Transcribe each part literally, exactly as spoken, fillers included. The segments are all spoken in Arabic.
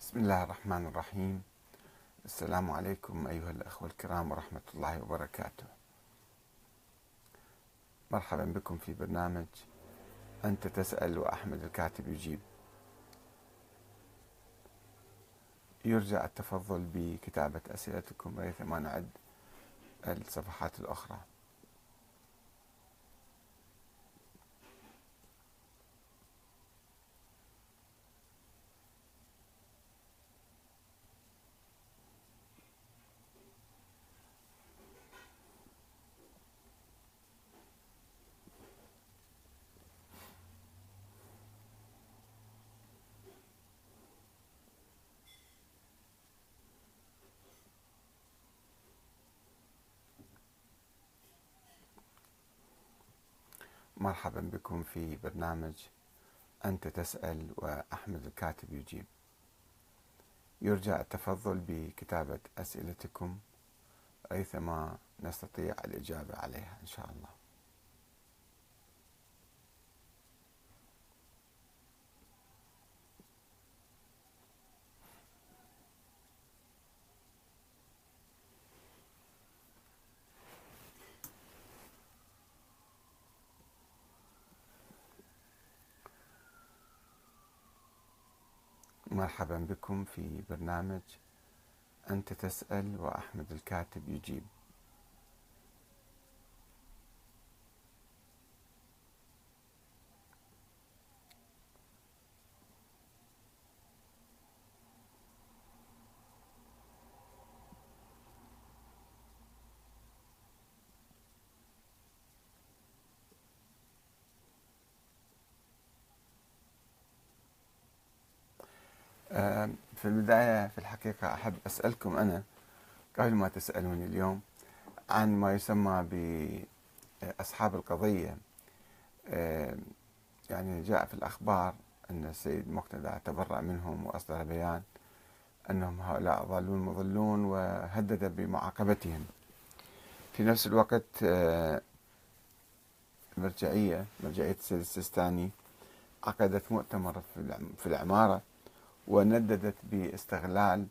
بسم الله الرحمن الرحيم. السلام عليكم أيها الأخوة الكرام ورحمة الله وبركاته. مرحبا بكم في برنامج أنت تسأل وأحمد الكاتب يجيب. يرجى التفضل بكتابة أسئلتكم ريثما نعد الصفحات الأخرى. مرحبا بكم في برنامج أنت تسأل وأحمد الكاتب يجيب. يرجى التفضل بكتابة أسئلتكم ريثما نستطيع الإجابة عليها إن شاء الله. مرحبا بكم في برنامج أنت تسأل وأحمد الكاتب يجيب. في البداية في الحقيقة أحب أسألكم أنا قبل ما تسألوني اليوم عن ما يسمى بأصحاب القضية. يعني جاء في الأخبار أن السيد مقتدى تبرأ منهم وأصدر بيان أنهم هؤلاء ضالون مضلون وهدد بمعاقبتهم. في نفس الوقت مرجعية مرجعية السيد السيستاني عقدت مؤتمر في العمارة ونددت باستغلال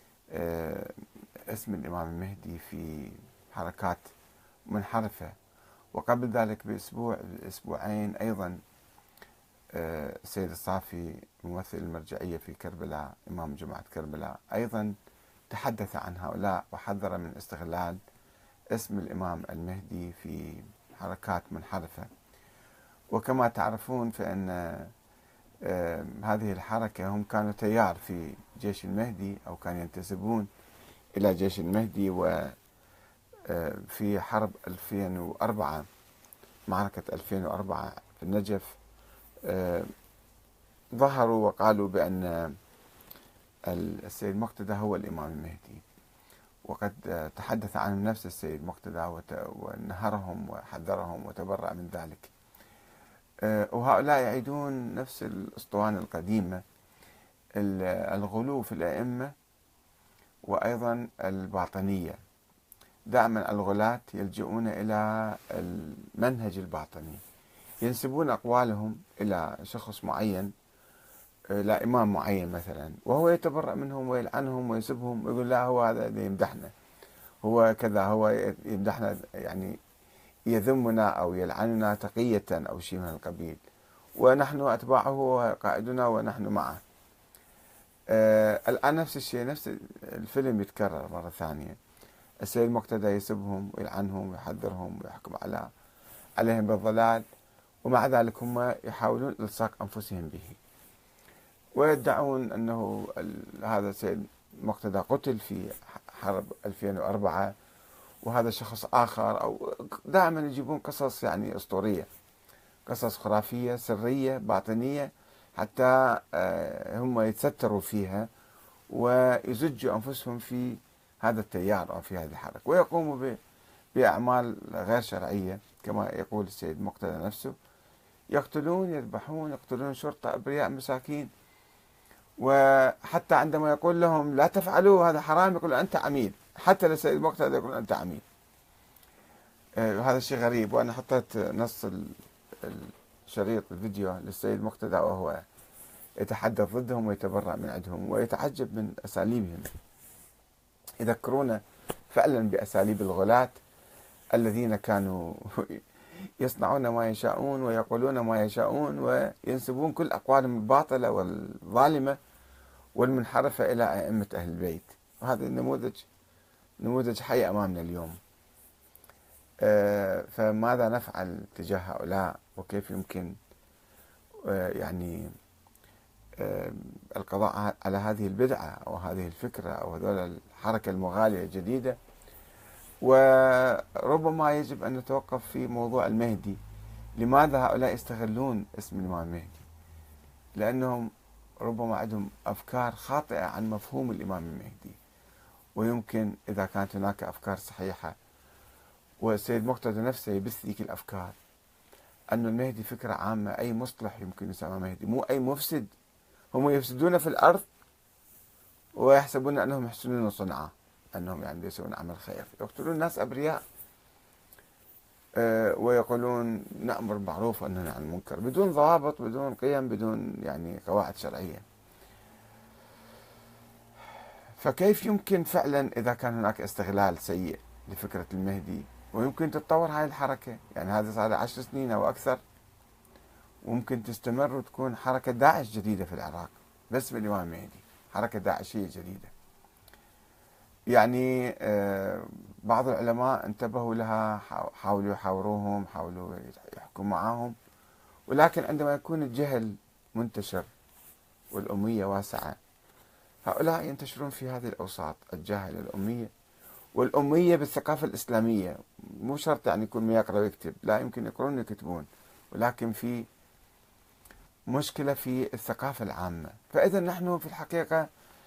اسم الإمام المهدي في حركات منحرفة. وقبل ذلك بأسبوع أسبوعين أيضا السيد الصافي ممثل المرجعية في كربلاء إمام جماعة كربلاء أيضا تحدث عن هؤلاء وحذر من استغلال اسم الإمام المهدي في حركات منحرفة. وكما تعرفون فإن هذه الحركة هم كانوا تيار في جيش المهدي أو كانوا ينتسبون إلى جيش المهدي. وفي حرب ألفين وأربعة معركة ألفين وأربعة في النجف ظهروا وقالوا بأن السيد مقتدى هو الإمام المهدي، وقد تحدث عنهم نفس السيد مقتدى ونهرهم وحذرهم وتبرأ من ذلك. وهؤلاء يعيدون نفس الأسطوانة القديمة، الغلو في الأئمة وأيضا الباطنية. دائما الغلاة يلجؤون إلى المنهج الباطني، ينسبون أقوالهم إلى شخص معين، إلى إمام معين مثلا، وهو يتبرأ منهم ويلعنهم ويسبهم ويقول لا هو هذا اللي يمدحنا، هو كذا، هو يمدحنا يعني يذمنا أو يلعننا تقية أو شيء من القبيل، ونحن أتباعه وقائدنا ونحن معه. آه الآن نفس الشيء، نفس الفيلم يتكرر مرة ثانية. السيد مقتدى يسبهم ويلعنهم ويحذرهم ويحكم على عليهم بالضلال، ومع ذلك هم يحاولون إلصاق أنفسهم به، ويدعون أنه هذا السيد مقتدى قتل في حرب ألفين وأربعة وهذا شخص آخر، أو دائما يجيبون قصص يعني أسطورية، قصص خرافية سرية باطنية حتى هم يتستروا فيها ويزجوا أنفسهم في هذا التيار أو في هذه الحركة، ويقوموا بأعمال غير شرعية كما يقول السيد مقتدى نفسه، يقتلون يذبحون يقتلون شرطة أبرياء مساكين. وحتى عندما يقول لهم لا تفعلوا هذا حرام يقول أنت عميل، حتى للسيد مقتدى يقول أنت عميل. آه هذا شيء غريب. وأنا حطيت نص الشريط الفيديو للسيد مقتدى وهو يتحدث ضدهم ويتبرأ من عندهم ويتعجب من أساليبهم. يذكرونا فعلا بأساليب الغلاة الذين كانوا يصنعون ما يشاءون ويقولون ما يشاءون وينسبون كل أقوالهم الباطلة والظالمة والمنحرفة إلى أئمة أهل البيت. وهذا النموذج نموذج حي أمامنا اليوم. فماذا نفعل تجاه هؤلاء وكيف يمكن يعني القضاء على هذه البدعة أو هذه الفكرة أو هذول الحركة المغالية الجديدة؟ وربما يجب أن نتوقف في موضوع المهدي. لماذا هؤلاء يستغلون اسم الإمام المهدي؟ لأنهم ربما عندهم أفكار خاطئة عن مفهوم الإمام المهدي، ويمكن إذا كانت هناك أفكار صحيحة والسيد مقتدى نفسه يبث ذيك الأفكار، أن المهدي فكرة عامة، أي مصلح يمكن يسمى مهدي، مو أي مفسد. هم يفسدون في الأرض ويحسبون أنهم يحسنون صنعا، أنهم يعني يسوون عمل خير، يقتلون الناس أبرياء أه ويقولون نأمر بالمعروف وننهى عن المنكر بدون ضوابط، بدون قيم، بدون يعني قواعد شرعية. فكيف يمكن فعلا إذا كان هناك استغلال سيء لفكرة المهدي ويمكن تتطور هاي الحركة؟ يعني هذا صار له عشر سنين أو أكثر، وممكن تستمر وتكون حركة داعش جديدة في العراق بس بالإمام المهدي، حركة داعشية جديدة. يعني بعض العلماء انتبهوا لها، حاولوا يحاوروهم، حاولوا يحكوا معاهم، ولكن عندما يكون الجهل منتشر والأمية واسعة، هؤلاء ينتشرون في هذه الأوساط، الجاهل الأمية، والأمية بالثقافة الإسلامية. مو شرط يعني يكون ما يقرأ ويكتب، لا، يمكن يقرون ويكتبون، ولكن في مشكلة في الثقافة العامة. فإذا نحن في الحقيقة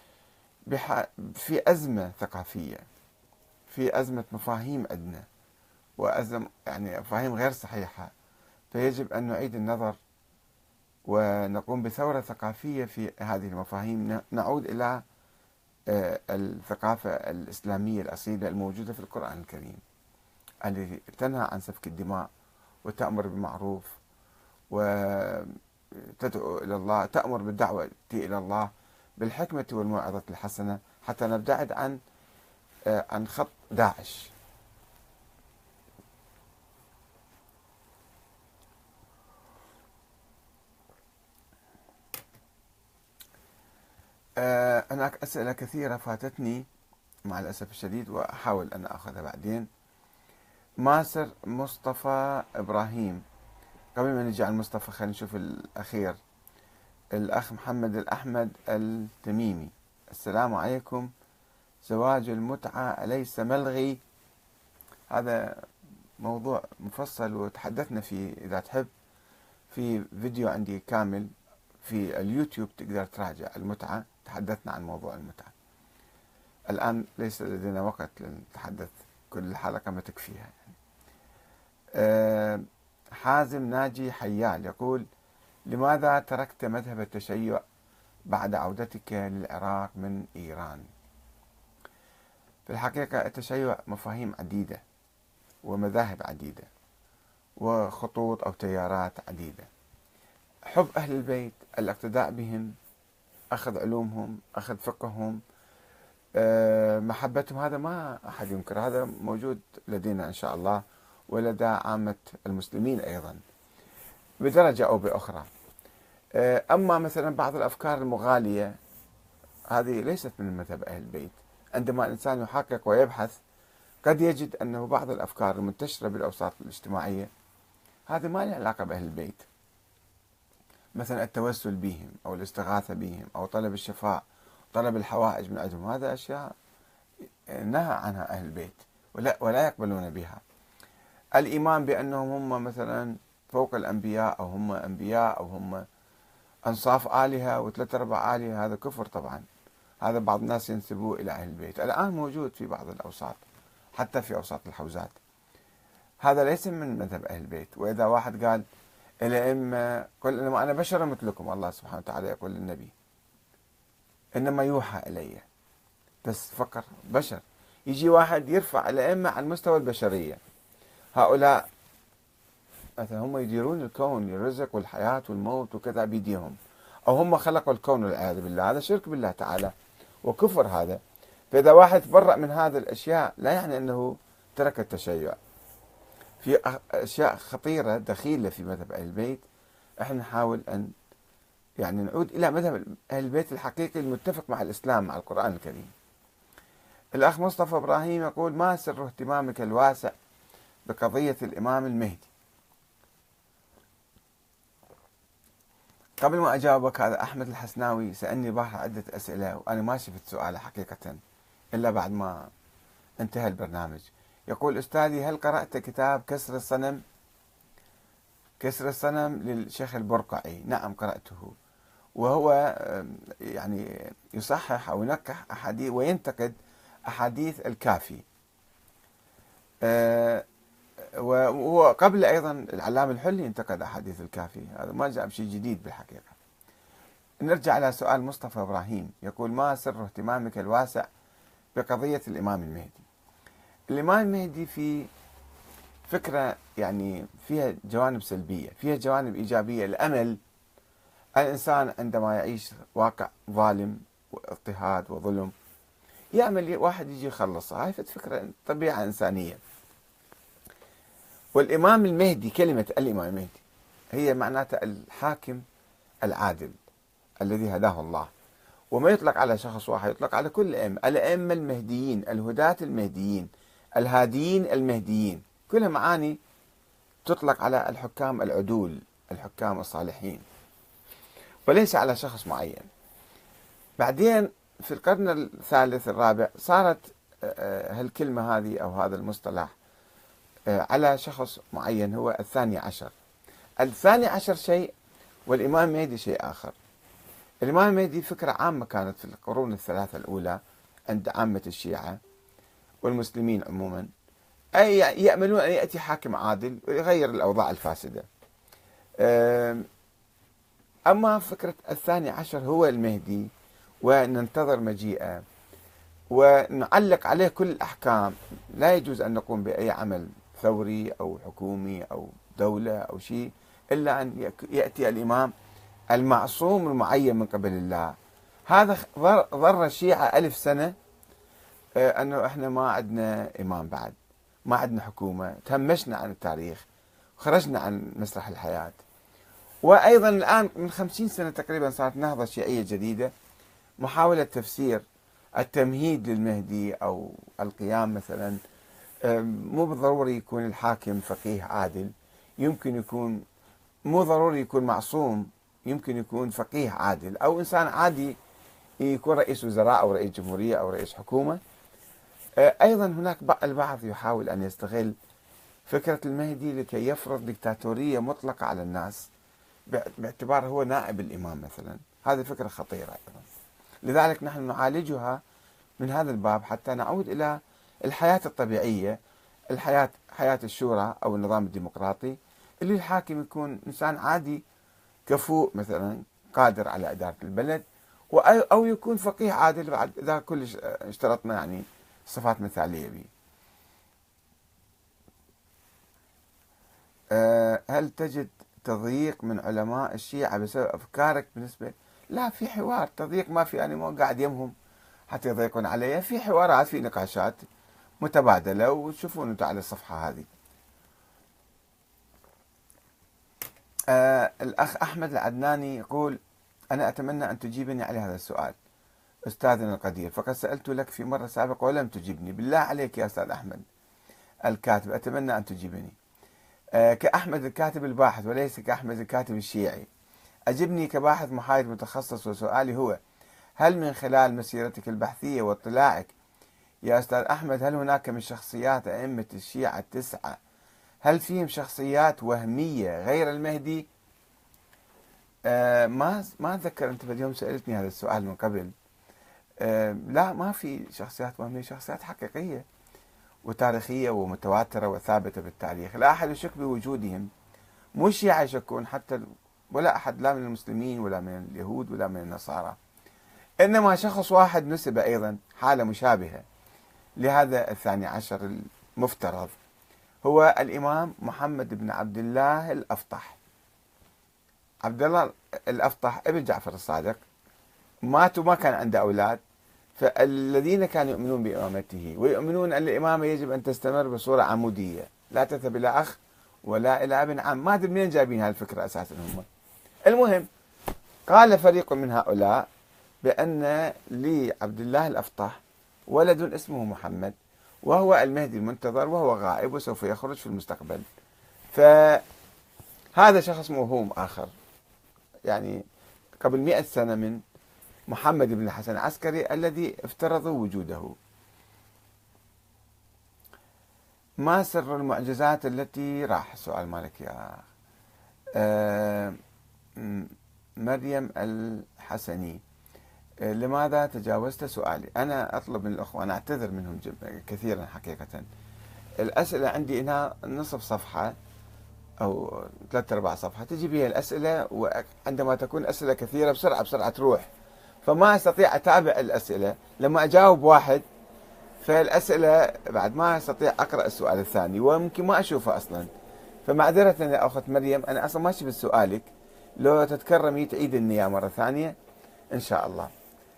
في أزمة ثقافية، في أزمة مفاهيم عندنا، وأزم يعني مفاهيم غير صحيحة. فيجب أن نعيد النظر ونقوم بثورة ثقافية في هذه المفاهيم، نعود إلى الثقافة الإسلامية الأصيلة الموجودة في القرآن الكريم، التي تنهى عن سفك الدماء وتأمر بالمعروف وتدعو إلى الله، تأمر بالدعوة إلى الله بالحكمة والموعظة الحسنة، حتى نبتعد عن عن خط داعش. هناك أسئلة كثيرة فاتتني مع الأسف الشديد، وأحاول أن أخذها بعدين. ماسر مصطفى إبراهيم، قبل ما نجي على مصطفى خلينا نشوف الأخير. الأخ محمد الأحمد التميمي، السلام عليكم، زواج المتعة أليس ملغي؟ هذا موضوع مفصل وتحدثنا فيه، إذا تحب في فيديو عندي كامل في اليوتيوب تقدر تراجع المتعة، تحدثنا عن موضوع المتعة. الآن ليس لدينا وقت لنتحدث، كل الحلقة ما تكفيها يعني. أه حازم ناجي حيال يقول: لماذا تركت مذهب التشيع بعد عودتك للعراق من إيران؟ في الحقيقة التشيع مفاهيم عديدة ومذاهب عديدة وخطوط أو تيارات عديدة. حب أهل البيت، الاقتداء بهم، أخذ علومهم، أخذ فقههم، محبتهم، هذا ما أحد ينكر، هذا موجود لدينا إن شاء الله ولدى عامة المسلمين أيضا بدرجة أو بأخرى. أما مثلا بعض الأفكار المغالية هذه ليست من مذهب أهل البيت. عندما الإنسان يحقق ويبحث قد يجد أنه بعض الأفكار المنتشرة بالأوساط الاجتماعية هذه ما لها علاقة بأهل البيت، مثلا التوسل بهم أو الاستغاثة بهم أو طلب الشفاء، طلب الحوائج من عندهم، هذا أشياء نهى عنها أهل البيت ولا, ولا يقبلون بها. الإيمان بأنهم هم مثلا فوق الأنبياء أو هم أنبياء أو هم أنصاف آلهة وثلاث أرباع آلهة، هذا كفر طبعا. هذا بعض الناس ينسبوه إلى أهل البيت، الآن موجود في بعض الأوساط حتى في أوساط الحوزات. هذا ليس من مذهب أهل البيت. وإذا واحد قال الأئمة قل إنما أنا بشر مثلكم، الله سبحانه وتعالى يقول للنبي إنما يوحى إلي، بس فقر بشر. يجي واحد يرفع الأئمة عن مستوى البشرية، هؤلاء مثلا هم يديرون الكون، الرزق والحياة والموت وكذا بيديهم، أو هم خلقوا الكون والعياذ بالله، هذا شرك بالله تعالى وكفر هذا. فإذا واحد تبرأ من هذه الأشياء لا يعني أنه ترك التشيع. في أشياء خطيرة دخيلة في مذهب أهل البيت، احنا نحاول أن يعني نعود إلى مذهب أهل البيت الحقيقي المتفق مع الإسلام مع القرآن الكريم. الأخ مصطفى إبراهيم يقول: ما سر اهتمامك الواسع بقضية الإمام المهدي؟ قبل ما أجاوبك، هذا أحمد الحسناوي سألني البارحة عدة أسئلة وأنا ما شفت سؤاله حقيقة إلا بعد ما انتهى البرنامج. يقول: أستاذي، هل قرأت كتاب كسر الصنم؟ كسر الصنم للشيخ البرقعي. نعم قرأته، وهو يعني يصحح أو ينقح أحاديث وينتقد أحاديث الكافي. وهو قبل أيضا العلامة الحلي انتقد أحاديث الكافي، هذا ما جاء بشيء جديد بالحقيقة. نرجع إلى سؤال مصطفى إبراهيم، يقول: ما سر اهتمامك الواسع بقضية الإمام المهدي؟ الإمام المهدي في فكرة يعني فيها جوانب سلبية، فيها جوانب إيجابية. الأمل، الإنسان عندما يعيش واقع ظالم واضطهاد وظلم يأمل واحد يجي يخلصه، هاي فكرة طبيعة إنسانية. والإمام المهدي، كلمة الإمام المهدي هي معناتها الحاكم العادل الذي هداه الله، وما يطلق على شخص واحد، يطلق على كل الأئمة، الأئمة المهديين، الهداة المهديين، الهاديين المهديين، كلها معاني تطلق على الحكام العدول، الحكام الصالحين، وليس على شخص معين. بعدين في القرن الثالث الرابع صارت هالكلمة هذه أو هذا المصطلح على شخص معين هو الثاني عشر. الثاني عشر شيء والإمام المهدي شيء آخر. الإمام المهدي فكرة عامة كانت في القرون الثلاثة الأولى عند عامة الشيعة والمسلمين عموما، أي يأملون أن يأتي حاكم عادل ويغير الأوضاع الفاسدة. أما فكرة الثاني عشر هو المهدي وننتظر مجيئه ونعلق عليه كل الأحكام، لا يجوز أن نقوم بأي عمل ثوري أو حكومي أو دولة أو شيء إلا أن يأتي الإمام المعصوم المعين من قبل الله. هذا ضر الشيعة ألف سنة أنه إحنا ما عندنا إمام بعد، ما عندنا حكومة، تهمشنا عن التاريخ، خرجنا عن مسرح الحياة. وأيضا الآن من خمسين سنة تقريبا صارت نهضة شيعية جديدة، محاولة تفسير التمهيد للمهدي أو القيام مثلا. مو بالضروري يكون الحاكم فقيه عادل، يمكن يكون مو ضروري يكون معصوم، يمكن يكون فقيه عادل أو إنسان عادي يكون رئيس وزراء أو رئيس جمهورية أو رئيس حكومة. أيضا هناك البعض يحاول أن يستغل فكرة المهدي لكي يفرض ديكتاتورية مطلقة على الناس باعتباره هو نائب الإمام مثلا. هذه فكرة خطيرة أيضا، لذلك نحن نعالجها من هذا الباب حتى نعود إلى الحياة الطبيعية، الحياة حياة الشورى أو النظام الديمقراطي، اللي الحاكم يكون إنسان عادي كفؤ مثلا قادر على إدارة البلد، أو يكون فقيه عادل بعد إذا كلش اشترطنا يعني صفات مثالية به. هل تجد تضييق من علماء الشيعة بسبب أفكارك بالنسبة؟ لا، في حوار. تضييق ما في، أنا يعني مو قاعد يمهم حتى يضيقون علي، في حوارات، في نقاشات متبادلة، وتشوفون انتم على الصفحة هذه. آه الأخ أحمد العدناني يقول: أنا أتمنى أن تجيبني على هذا السؤال أستاذنا القدير، فقد سألت لك في مرة سابقة ولم تجيبني. بالله عليك يا أستاذ أحمد الكاتب، أتمنى أن تجيبني. آه كأحمد الكاتب الباحث وليس كأحمد الكاتب الشيعي، أجبني كباحث محايد متخصص. وسؤالي هو: هل من خلال مسيرتك البحثية واطلاعك يا أستاذ أحمد، هل هناك من شخصيات أئمة الشيعة التسعة هل فيهم شخصيات وهمية غير المهدي؟ آه ما ما أتذكر أنت اليوم سألتني هذا السؤال من قبل. آه لا، ما في شخصيات وهمية، شخصيات حقيقية وتاريخية ومتواترة وثابتة بالتاريخ، لا أحد يشك بوجودهم. مو الشيعة يشكون حتى، ولا أحد، لا من المسلمين ولا من اليهود ولا من النصارى، إنما شخص واحد نسب أيضا حالة مشابهة لهذا الثاني عشر المفترض، هو الإمام محمد بن عبد الله الأفطح عبد الله الأفطح ابن جعفر الصادق مات وما كان عنده أولاد، فالذين كانوا يؤمنون بإمامته ويؤمنون أن الإمامة يجب أن تستمر بصورة عمودية لا تذهب إلى أخ ولا إلى ابن عم، ما أدري منين جايبين هالفكرة أساسا هم. المهم قال فريق من هؤلاء بأن لعبد الله الأفطح ولد اسمه محمد وهو المهدي المنتظر وهو غائب وسوف يخرج في المستقبل. فهذا شخص موهوم آخر، يعني قبل مئة سنة من محمد بن الحسن العسكري الذي افترضوا وجوده. ما سر المعجزات التي راح السؤال مالك يا آه مريم الحسني، آه لماذا تجاوزت سؤالي؟ أنا أطلب من الأخوة، أنا أعتذر منهم كثيرا حقيقة، الأسئلة عندي هنا نصف صفحة أو ثلاثة أرباع صفحة تجي بها الأسئلة، وعندما تكون أسئلة كثيرة بسرعة بسرعة تروح، فما أستطيع أتابع الأسئلة. لما أجاوب واحد فالأسئلة بعد ما أستطيع أقرأ السؤال الثاني وممكن ما أشوفه أصلا. فمعذرة يا أخت مريم، أنا أصلا ما شفت سؤالك، لو تتكرمي تعيد النية مرة ثانية إن شاء الله.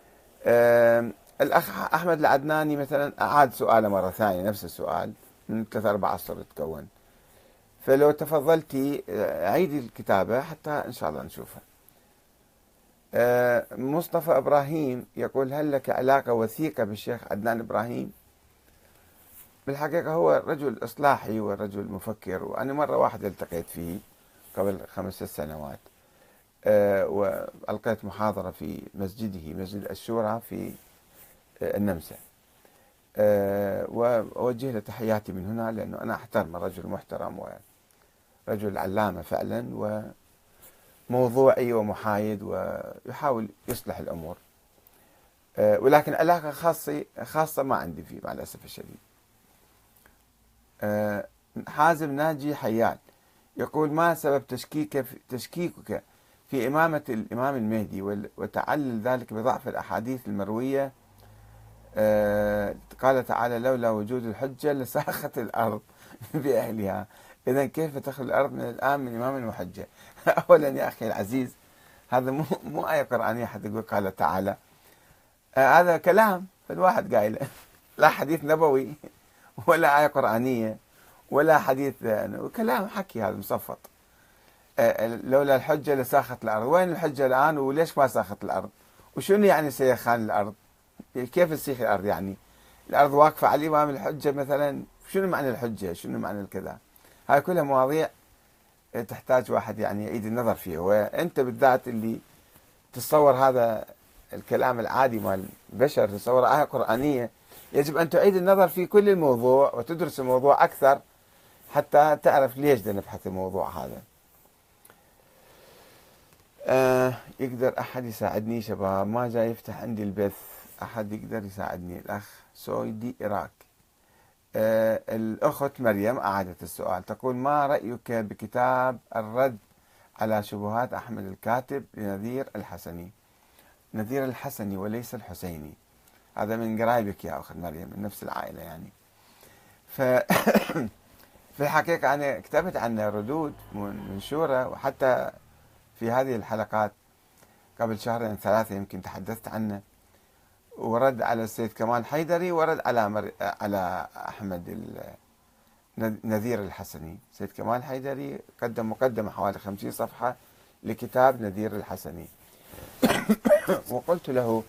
الأخ أحمد العدناني مثلا أعاد سؤاله مرة ثانية نفس السؤال من ثلاثة أربع أسطر تكون، فلو تفضلتي عيدي الكتابة حتى إن شاء الله نشوفها. مصطفى إبراهيم يقول هل لك علاقة وثيقة بالشيخ عدنان إبراهيم؟ بالحقيقة هو رجل إصلاحي ورجل مفكر، وأنا مرة واحدة التقيت فيه قبل خمس ست سنوات، وألقيت محاضرة في مسجده مسجد الشورى في النمسا، وأوجه له تحياتي من هنا لأنه أنا أحترم، رجل محترم ورجل علامة فعلا وموضوعي ومحايد ويحاول يصلح الأمور، ولكن علاقة خاصة خاصة ما عندي فيه مع الأسف الشديد. حازم ناجي حيان يقول ما سبب تشكيك في تشكيكك في إمامة الإمام المهدي وتعلل ذلك بضعف الأحاديث المروية؟ قال تعالى لولا وجود الحجة لساخت الأرض بأهلها، إذا كيف تخلو الأرض من الآن من إمام المحجة؟ أولا يا أخي العزيز هذا مو مو آية قرآنية حتى تقول قال تعالى، آه هذا كلام فالواحد قايله، لا حديث نبوي ولا آية قرآنية ولا حديث، كلام حكي هذا مصفط. آه لولا الحجة لساخت الأرض، وين الحجة الآن وليش ما ساخت الأرض؟ وشنو يعني سيخان الأرض؟ كيف تسيخ الأرض؟ يعني الأرض واقفة على الإمام الحجة مثلا، شنو معنى الحجة؟ شنو معنى الكذا؟ هاي كلها مواضيع تحتاج واحد يعني يعيد النظر فيها، وأنت بالذات اللي تتصور هذا الكلام العادي مال البشر تتصور آية قرآنية، يجب أن تعيد النظر في كل الموضوع وتدرس الموضوع أكثر حتى تعرف ليش بدنا نبحث الموضوع هذا. آه يقدر أحد يساعدني شباب؟ ما جاي يفتح عندي البث، أحد يقدر يساعدني؟ الأخ سويدي إراك. آه الأخت مريم أعادت السؤال، تقول ما رأيك بكتاب الرد على شبهات أحمد الكاتب لنذير الحسني؟ نذير الحسني وليس الحسيني، هذا من قرايبك يا أخت مريم من نفس العائلة يعني. ف في الحقيقة أنا كتبت عنه ردود منشورة، وحتى في هذه الحلقات قبل شهرين ثلاثة يمكن تحدثت عنه، ورد على السيد كمال حيدري ورد على مر... على أحمد ال... نذير الحسني. سيد كمال حيدري قدم مقدمة حوالي خمسين صفحة لكتاب نذير الحسني وقلت له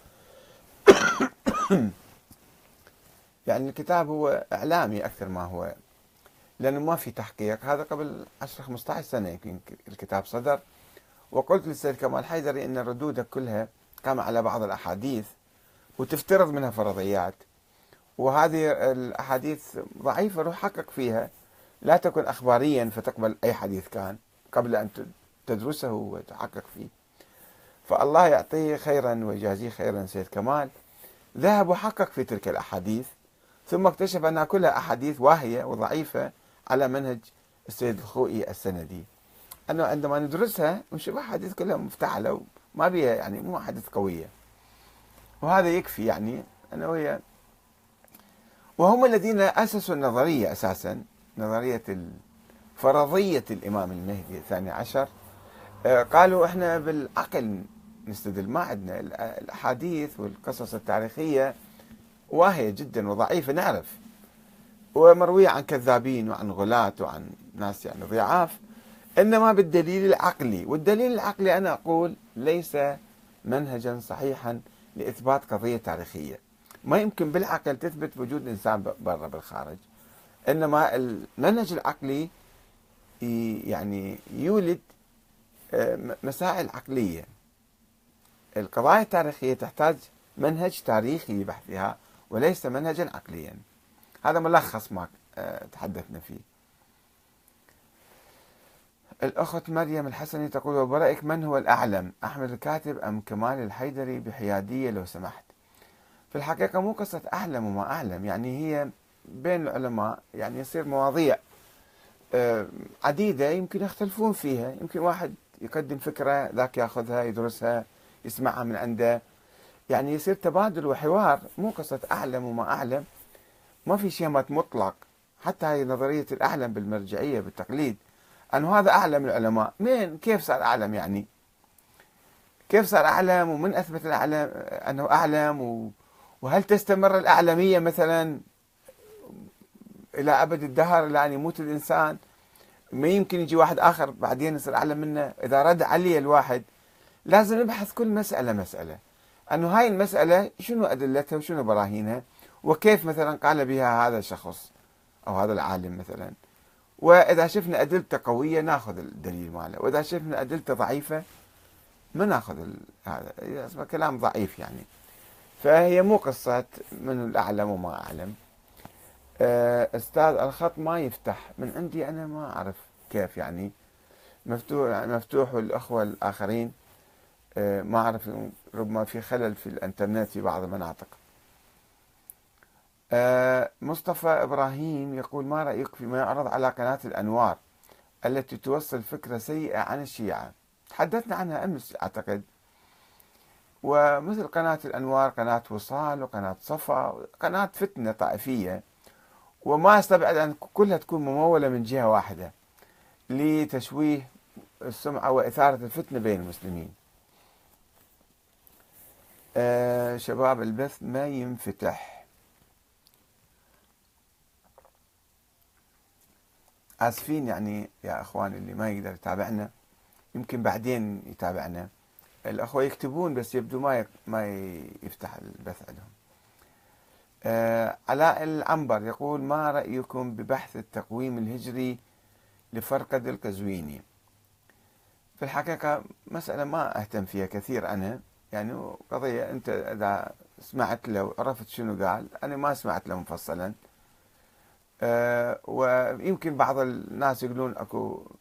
يعني الكتاب هو إعلامي أكثر ما هو، لأنه ما في تحقيق، هذا قبل عشرة خمسة عشر سنة يمكن الكتاب صدر. وقلت للسيد كمال حيدري أن ردودك كلها قام على بعض الأحاديث وتفترض منها فرضيات، وهذه الأحاديث ضعيفة، روح حقق فيها، لا تكن أخباريا فتقبل أي حديث كان قبل أن تدرسه وتحقق فيه. فالله يعطيه خيرا ويجازيه خيرا سيد كمال، ذهب وحقق في تلك الأحاديث ثم اكتشف أنها كلها أحاديث واهية وضعيفة على منهج السيد الخوئي السندي، أنه عندما ندرسها نشوف أحاديث كلها مفتعلة وما بيها يعني مو أحاديث قوية، وهذا يكفي يعني أنه هي. وهم الذين أسسوا النظرية أساسا، نظرية فرضية الإمام المهدي الثاني عشر، آه، قالوا احنا بالعقل نستدل، ما عندنا الأحاديث والقصص التاريخية واهية جدا وضعيفة نعرف، ومروية عن كذابين وعن غلاة وعن ناس يعني ضعاف، إنما بالدليل العقلي. والدليل العقلي أنا أقول ليس منهجا صحيحا لإثبات قضية تاريخية. ما يمكن بالعقل تثبت وجود إنسان برا بالخارج، إنما المنهج العقلي يعني يولد مسائل عقلية. القضايا التاريخية تحتاج منهج تاريخي لبحثها وليس منهجا عقليا. هذا ملخص ما تحدثنا فيه. الأخت مريم الحسني تقول: وبرأيك من هو الأعلم، أحمد الكاتب أم كمال الحيدري؟ بحيادية لو سمحت. في الحقيقة مو قصة أعلم وما أعلم، يعني هي بين العلماء يعني يصير مواضيع عديدة يمكن يختلفون فيها، يمكن واحد يقدم فكرة ذاك ياخذها يدرسها يسمعها من عنده، يعني يصير تبادل وحوار، مو قصة أعلم وما أعلم. ما في شيء مطلق. حتى هاي نظرية الأعلم بالمرجعية بالتقليد، أنه هذا أعلم العلماء، مين كيف صار أعلم؟ يعني كيف صار أعلم ومن أثبت الأعلم أنه أعلم و... وهل تستمر الأعلمية مثلا إلى أبد الدهر إلى أن يموت الإنسان؟ ما يمكن يجي واحد آخر بعدين يصير أعلم منه. إذا رد علي الواحد لازم نبحث كل مسألة مسألة، أنه هاي المسألة شنو أدلتها وشنو براهينها، وكيف مثلا قال بها هذا الشخص أو هذا العالم مثلا. وإذا شفنا أدلته قوية ناخذ الدليل ماله، وإذا شفنا أدلته ضعيفة ما ناخذ هذا، اسمه كلام ضعيف يعني. فهي مو قصة من الأعلم وما أعلم. أستاذ الخط ما يفتح من عندي، أنا ما أعرف كيف يعني مفتوح يعني مفتوح، والأخوة الآخرين ما أعرف، ربما في خلل في الإنترنت في بعض المناطق. مصطفى إبراهيم يقول: ما رأيك فيما يعرض على قناة الأنوار التي توصل فكرة سيئة عن الشيعة؟ تحدثنا عنها أمس أعتقد. ومثل قناة الأنوار قناة وصال وقناة صفا، قناة فتنة طائفية، وما استبعد أن كلها تكون ممولة من جهة واحدة لتشويه السمعة وإثارة الفتنة بين المسلمين. آه شباب البث ما ينفتح. آسفين يعني يا أخوان اللي ما يقدر يتابعنا، يمكن بعدين يتابعنا. الأخوة يكتبون بس يبدو ما ما يفتح البث عندهم. آه علاء العنبر يقول: ما رأيكم ببحث التقويم الهجري لفرقد القزويني؟ في الحقيقة مسألة ما أهتم فيها كثير أنا، يعني قضية أنت إذا سمعت له وعرفت شنو قال، أنا ما سمعت له مفصلا. أه ويمكن بعض الناس يقولون أكو